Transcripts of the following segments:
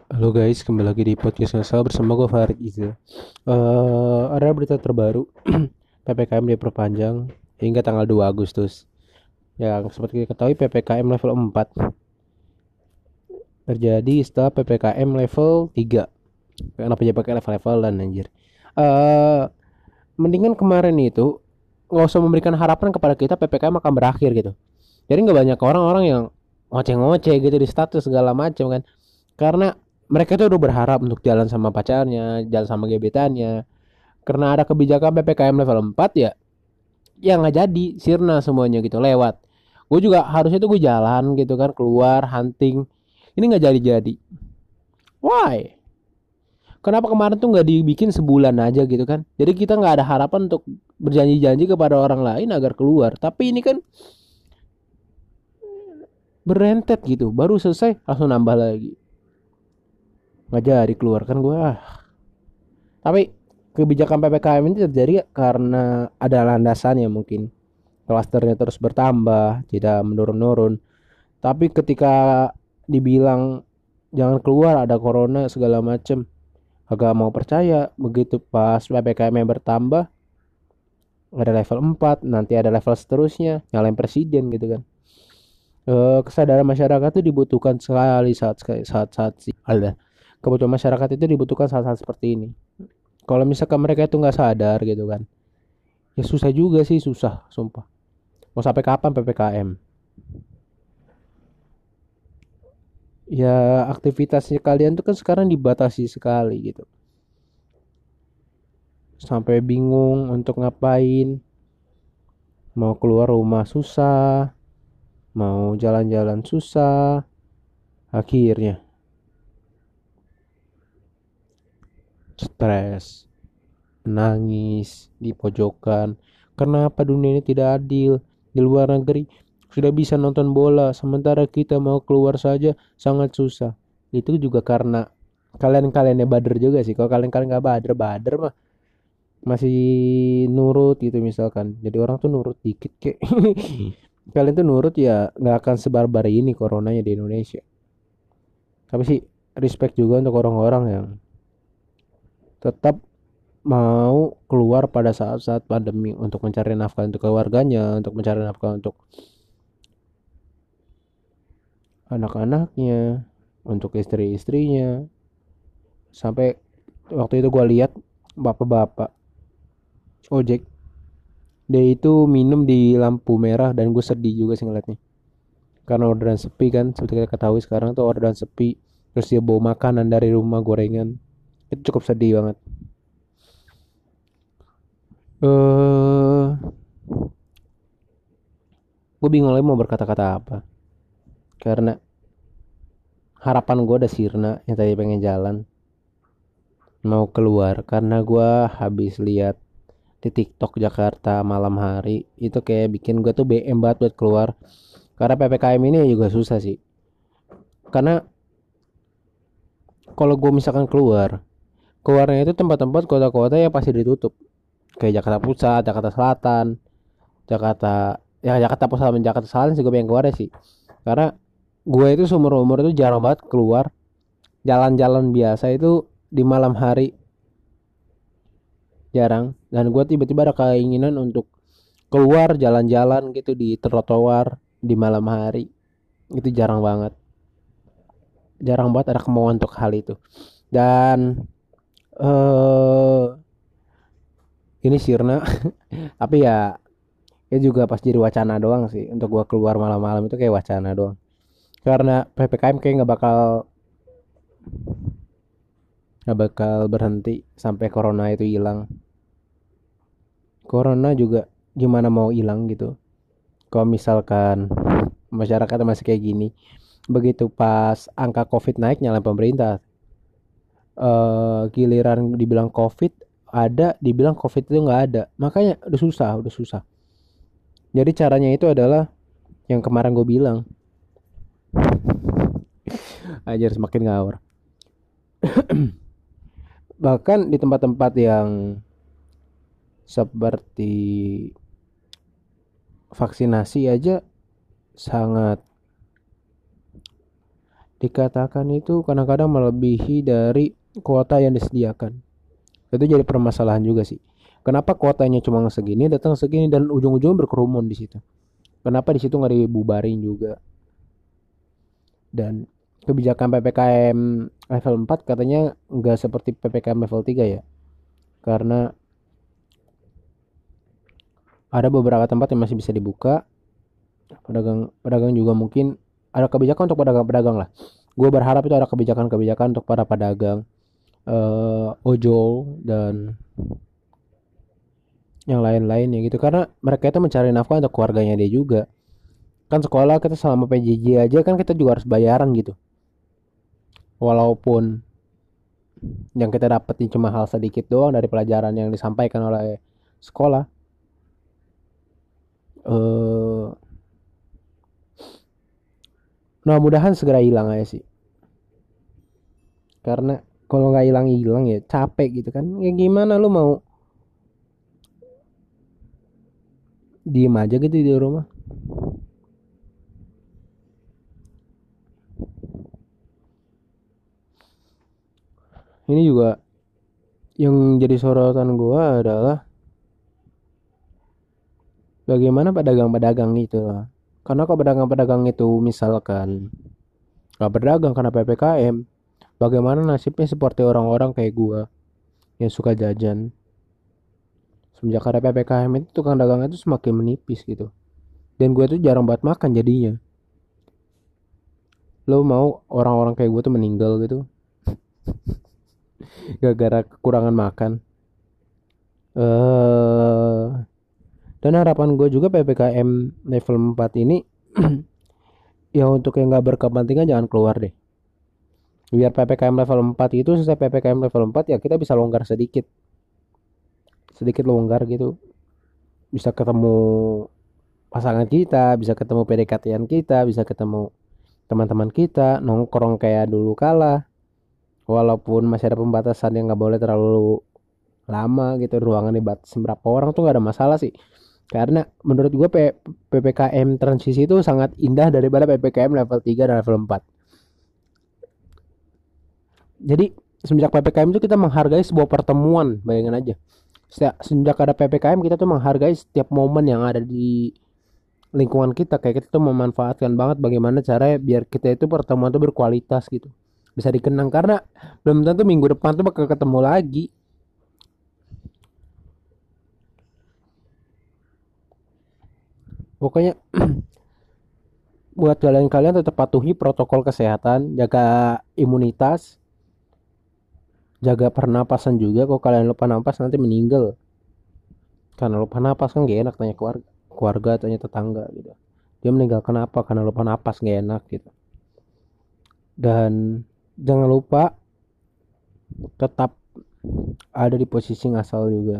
Halo guys, kembali lagi di podcast Ngasal bersama gue Farid Iza. Ada berita terbaru PPKM diperpanjang hingga tanggal 2 Agustus. Yang seperti kita ketahui PPKM level 4 terjadi setelah PPKM level 3. Kenapa dia pakai level-level dan anjir. Eh Mendingan kemarin itu nggak usah memberikan harapan kepada kita PPKM akan berakhir gitu. Jadi nggak banyak orang-orang yang ngoceh-ngoceh gitu di status segala macam kan. Karena mereka tuh udah berharap untuk jalan sama pacarnya, jalan sama gebetannya. Karena ada kebijakan PPKM level 4 ya, ya nggak jadi, sirna semuanya gitu, lewat. Gue juga harusnya tuh gue jalan gitu kan, keluar hunting. Ini nggak jadi-jadi. Why? Kenapa kemarin tuh nggak dibikin sebulan aja gitu kan? Jadi kita nggak ada harapan untuk berjanji-janji kepada orang lain agar keluar. Tapi ini kan berentet gitu, baru selesai langsung nambah lagi. Nggak jadi keluar kan gue. Tapi kebijakan PPKM ini terjadi karena ada landasannya mungkin. Klasternya terus bertambah, tidak menurun-nurun. Tapi ketika dibilang jangan keluar ada corona segala macem, agak mau percaya. Begitu pas PPKM bertambah, ada level 4, nanti ada level seterusnya, nyalain presiden gitu kan. Kesadaran masyarakat itu dibutuhkan sekali saat sih. Ada kebutuhan masyarakat itu dibutuhkan saat-saat seperti ini. Kalau misalkan mereka itu nggak sadar gitu kan, ya susah juga sih, susah sumpah. Mau sampai kapan PPKM? Ya aktivitasnya kalian tuh kan sekarang dibatasi sekali gitu. Sampai bingung untuk ngapain. Mau keluar rumah susah, mau jalan-jalan susah. Akhirnya stres, nangis di pojokan. Kenapa dunia ini tidak adil? Di luar negeri sudah bisa nonton bola, sementara kita mau keluar saja sangat susah. Itu juga karena kalian-kaliannya bader juga sih. Kalau kalian-kalian nggak bader mah masih nurut gitu misalkan. Jadi orang tuh nurut dikit kek. Kalian tuh nurut ya nggak akan sebarbar ini coronanya di Indonesia. Tapi sih respect juga untuk orang-orang yang tetap mau keluar pada saat-saat pandemi untuk mencari nafkah untuk keluarganya, untuk mencari nafkah untuk anak-anaknya, untuk istri-istrinya. Sampai waktu itu gua lihat bapak-bapak ojek, dia itu minum di lampu merah dan gue sedih juga sih ngeliatnya. Karena orderan sepi kan, seperti kita ketahui sekarang tuh orderan sepi. Terus dia bawa makanan dari rumah, gorengan. Itu cukup sedih banget. Gue bingung lagi mau berkata-kata apa. Karena harapan gue udah sirna yang tadi pengen jalan. Mau keluar karena gue habis lihat di TikTok Jakarta malam hari. Itu kayak bikin gue tuh BM banget buat keluar. Karena PPKM ini juga susah sih. Karena kalau gue misalkan keluarnya itu tempat-tempat kota-kota yang pasti ditutup. Kayak Jakarta Pusat, Jakarta Selatan, Jakarta, ya Jakarta Pusat dan Jakarta Selatan sih gue pengen keluar sih. Karena gue itu seumur umur itu jarang banget keluar jalan-jalan biasa itu di malam hari, jarang. Dan gue tiba-tiba ada keinginan untuk keluar jalan-jalan gitu di trotoar di malam hari, itu jarang banget ada kemauan untuk hal itu. Dan eh ini sirna tapi ya juga pas jadi wacana doang sih untuk gua keluar malam-malam itu kayak wacana doang. Karena PPKM kayak nggak bakal berhenti sampai corona itu hilang. Corona juga gimana mau hilang gitu kalau misalkan masyarakat masih kayak gini. Begitu pas angka covid naik nyalain pemerintah. Giliran dibilang covid ada, dibilang covid itu nggak ada, makanya udah susah. Jadi caranya itu adalah yang kemarin gue bilang, ajar semakin ngawur. Bahkan di tempat-tempat yang seperti vaksinasi aja sangat dikatakan itu kadang-kadang melebihi dari kuota yang disediakan. Itu jadi permasalahan juga sih. Kenapa kuotanya cuma segini, datang segini dan ujung-ujungnya berkerumun di situ. Kenapa di situ nggak dibubarin juga? Dan kebijakan PPKM level 4 katanya nggak seperti PPKM level 3 ya. Karena ada beberapa tempat yang masih bisa dibuka. Pedagang juga mungkin ada kebijakan untuk pedagang-pedagang lah. Gue berharap itu ada kebijakan-kebijakan untuk para pedagang ojol dan yang lain-lain ya gitu, karena mereka itu mencari nafkah untuk keluarganya dia juga. Kan sekolah kita selama PJJ aja kan kita juga harus bayaran gitu, walaupun yang kita dapetin cuma hal sedikit doang dari pelajaran yang disampaikan oleh sekolah. eh Mudah-mudahan segera hilang aja sih, karena kalau nggak hilang-hilang ya capek gitu kan. Ya gimana lu mau diem aja gitu di rumah? Ini juga yang jadi sorotan gua adalah bagaimana pedagang-pedagang itu lah. Karena kalau pedagang-pedagang itu misalkan gak berdagang karena PPKM, bagaimana nasibnya seperti orang-orang kayak gua yang suka jajan? Semenjak ada PPKM itu tukang dagang itu semakin menipis gitu. Dan gue tuh jarang banget makan jadinya. Lo mau orang-orang kayak gue tuh meninggal gitu gara-gara kekurangan makan. eh Dan harapan gue juga PPKM level 4 ini ya untuk yang gak berkepentingan jangan keluar deh. Biar PPKM level 4 itu selesai PPKM level 4 ya kita bisa longgar sedikit. Sedikit longgar gitu. Bisa ketemu pasangan kita, bisa ketemu PDKT-an kita, bisa ketemu teman-teman kita, nongkrong kayak dulu kala. Walaupun masih ada pembatasan yang nggak boleh terlalu lama gitu, ruangan dibatasi berapa orang tuh nggak ada masalah sih. Karena menurut gue PPKM transisi itu sangat indah daripada PPKM level 3 dan level 4. Jadi semenjak PPKM itu kita menghargai sebuah pertemuan, bayangin aja. Sejak ada PPKM kita tuh menghargai setiap momen yang ada di lingkungan kita, kayak kita tuh memanfaatkan banget bagaimana caranya biar kita itu pertemuan tuh berkualitas gitu, bisa dikenang, karena belum tentu minggu depan tuh bakal ketemu lagi. Pokoknya buat kalian tetap patuhi protokol kesehatan, jaga imunitas, jaga pernapasan juga. Kalau kalian lupa napas nanti meninggal karena lupa napas, kan gak enak tanya keluarga tanya tetangga gitu, dia meninggal kenapa, karena lupa napas, gak enak gitu. Dan jangan lupa tetap ada di posisi ngasal juga.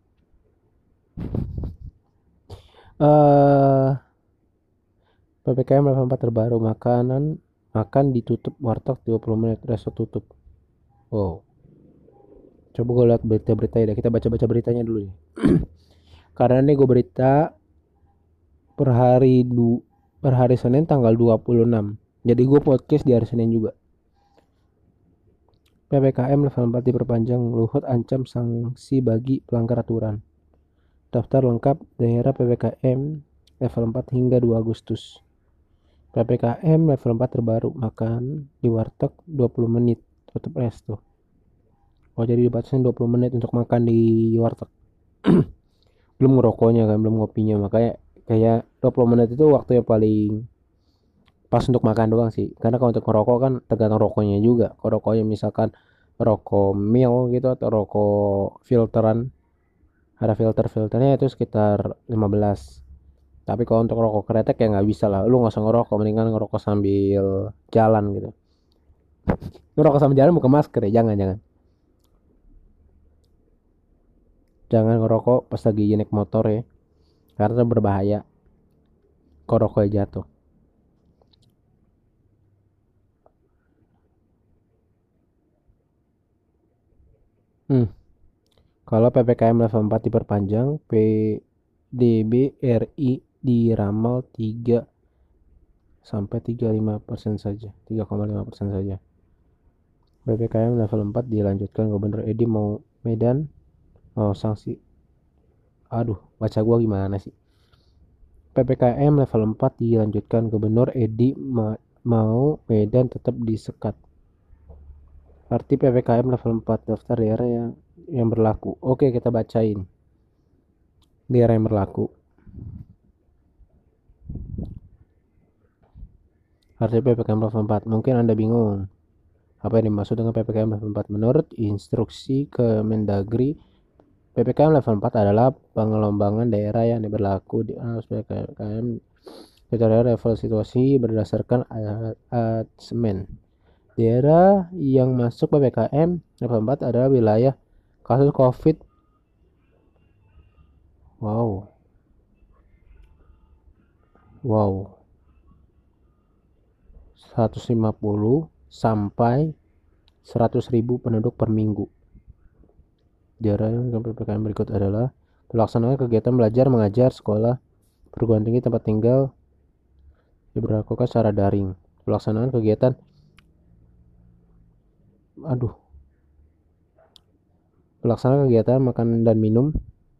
eh PPKM level 4 terbaru, makan ditutup warteg 20 menit, resto tutup. Oh, coba gue lihat berita-berita ya, kita baca-baca beritanya dulu ya. Karena ini gue berita per hari per hari Senin tanggal 26. Jadi gue podcast di hari Senin juga. PPKM level 4 diperpanjang, Luhut ancam sanksi bagi pelanggar aturan. Daftar lengkap daerah PPKM level 4 hingga 2 Agustus. PPKM level 4 terbaru, makan di warteg 20 menit, tutup resto. Oh, jadi dibatasin 20 menit untuk makan di warteg. Belum ngerokoknya kan, belum ngopinya. Makanya kayak 20 menit itu waktu yang paling pas untuk makan doang sih. Karena kalau untuk ngerokok kan tergantung rokoknya juga. Kalau rokoknya misalkan rokok mil gitu atau rokok filteran, ada filternya itu sekitar 15. Tapi kalau untuk rokok kretek ya nggak bisa lah. Lu nggak usah ngerokok, mendingan ngerokok sambil jalan gitu. Ngerokok sambil jalan buka masker ya, jangan. Jangan ngerokok pas lagi naik motor ya, karena itu berbahaya. Kalau rokoknya jatuh. Hmm. Kalau PPKM level 4 diperpanjang, PDB RI diramal 3 sampai 35% saja, 3,5% saja. PPKM level 4 dilanjutkan. Gubernur Edi mau Medan mau sanksi. Aduh, baca gua gimana sih? PPKM level 4 dilanjutkan. Gubernur Edi mau Medan tetap disekat. Arti PPKM level 4 daftar daerah yang berlaku. Oke, kita bacain. Daerah yang berlaku. Arti PPKM level 4. Mungkin Anda bingung. Apa yang dimaksud dengan PPKM level 4? Menurut instruksi Kemendagri, PPKM level 4 adalah pengelombangan daerah yang berlaku di PPKM level situasi berdasarkan asesmen. Daerah yang masuk PPKM level 4 adalah wilayah kasus COVID. Wow. 150 sampai 100.000 penduduk per minggu. Daerah yang PPKM berikut adalah pelaksanaan kegiatan belajar mengajar, sekolah, perguruan tinggi, tempat tinggal diberlakukan secara daring. Pelaksanaan kegiatan makan dan minum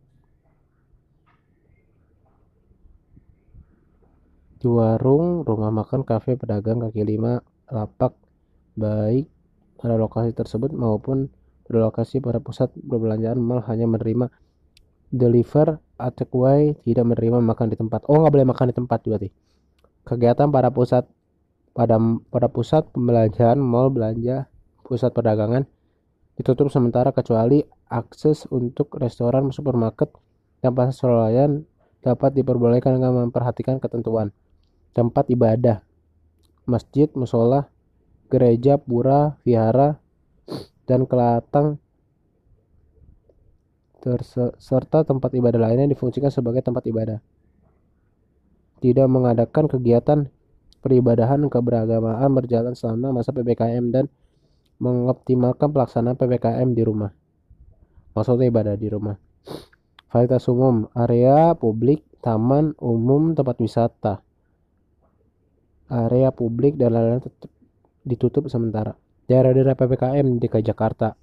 di warung, rumah makan, kafe, pedagang kaki lima, lapak, baik pada lokasi tersebut maupun pada lokasi pada pusat perbelanjaan, mal hanya menerima deliver atau takeaway, tidak menerima makan di tempat. Oh, nggak boleh makan di tempat berarti. Kegiatan pada pusat pembelanjaan, mal, belanja, pusat perdagangan ditutup sementara kecuali akses untuk restoran, supermarket, dan pasar swalayan dapat diperbolehkan dengan memperhatikan ketentuan. Tempat ibadah, masjid, musola, gereja, pura, vihara, dan kelatang serta tempat ibadah lainnya difungsikan sebagai tempat ibadah. Tidak mengadakan kegiatan peribadahan keberagamaan berjalan selama masa PPKM dan mengoptimalkan pelaksanaan PPKM di rumah. Maksudnya ibadah di rumah. Fasilitas umum, area publik, taman umum, tempat wisata, area publik dan lain-lain tetap ditutup sementara. Daerah-daerah PPKM DKI Jakarta.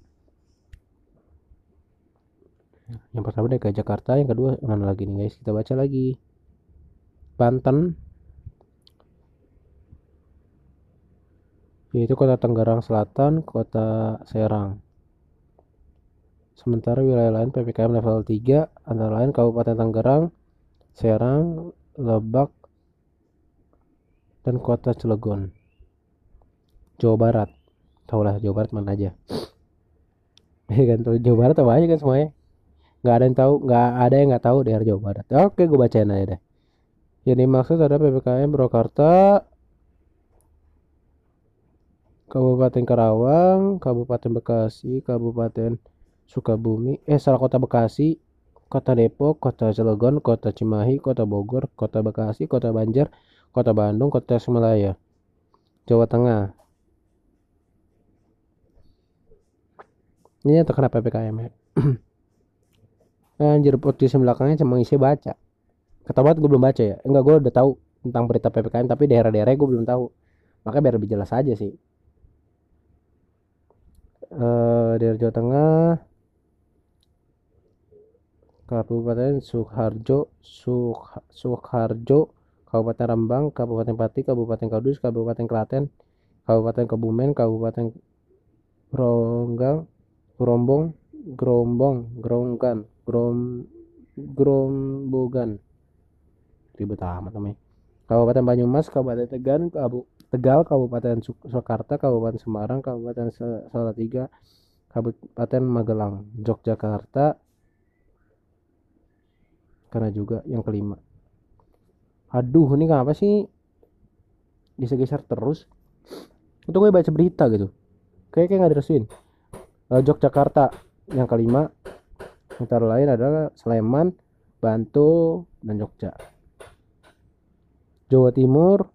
Yang pertama DKI Jakarta, yang kedua mana lagi nih guys? Kita baca lagi. Banten, yaitu Kota Tangerang Selatan, Kota Serang. Sementara wilayah lain PPKM level 3 antara lain Kabupaten Tangerang, Serang, Lebak, dan Kota Cilegon. Jawa Barat. Tahu lah Jawa Barat mana aja. Kan tuh Jawa Barat apa aja kan semuanya. Nggak ada yang tahu, nggak ada yang nggak tahu daerah Jawa Barat. Oke, gue bacain aja deh. Yang dimaksud adalah PPKM Purwakarta, Kabupaten Karawang, Kabupaten Bekasi, Kabupaten Sukabumi, salah, Kota Bekasi, Kota Depok, Kota Cilegon, Kota Cimahi, Kota Bogor, Kota Bekasi, Kota Banjar, Kota Bandung, Kota Tasikmalaya, Jawa Tengah. Ini terkena PPKM ya. Anjir, podcast belakangnya cuma isi baca. Ketahuan gue belum baca ya. Enggak, gue udah tahu tentang berita PPKM tapi daerah-daerahnya gue belum tahu. Makanya biar lebih jelas aja sih. Daerah Jawa Tengah, Kabupaten Sukoharjo, Kabupaten Rembang, Kabupaten Pati, Kabupaten Kudus, Kabupaten Klaten, Kabupaten Kebumen, Kabupaten Grombogan, ribet amat namanya. Kabupaten Banyumas, Kabupaten Tegal, Kabupaten Surakarta, Kabupaten Semarang, Kabupaten Salatiga, Kabupaten Magelang, Yogyakarta, karena juga yang kelima. Aduh, ini kenapa sih geser-geser terus? Itu gue baca berita gitu. Kayak nggak diresuin. Yogyakarta yang kelima. Antara lain adalah Sleman, Bantul, dan Jogja. Jawa Timur,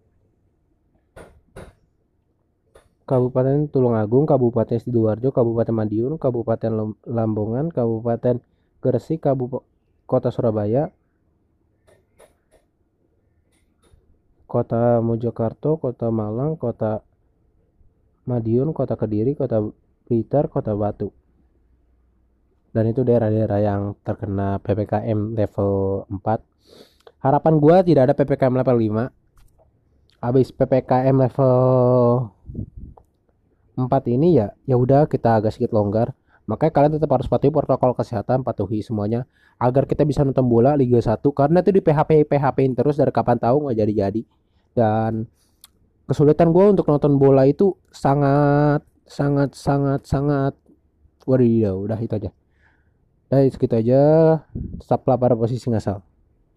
Kabupaten Tulungagung, Kabupaten Sidoarjo, Kabupaten Madiun, Kabupaten Lambongan, Kabupaten Gresik, Kota Surabaya, Kota Mojokerto, Kota Malang, Kota Madiun, Kota Kediri, Kota Blitar, Kota Batu. Dan itu daerah-daerah yang terkena PPKM level 4. Harapan gua tidak ada PPKM level 5. Habis PPKM level 4 ini ya udah kita agak sedikit longgar. Makanya kalian tetap harus patuhi protokol kesehatan, patuhi semuanya agar kita bisa nonton bola Liga 1 karena itu di PHP-in terus dari kapan tahu nggak jadi-jadi. Dan kesulitan gue untuk nonton bola itu sangat sangat sangat sangat waduh udah itu aja. Udah segitu aja. Tetaplah pada posisi ngasal.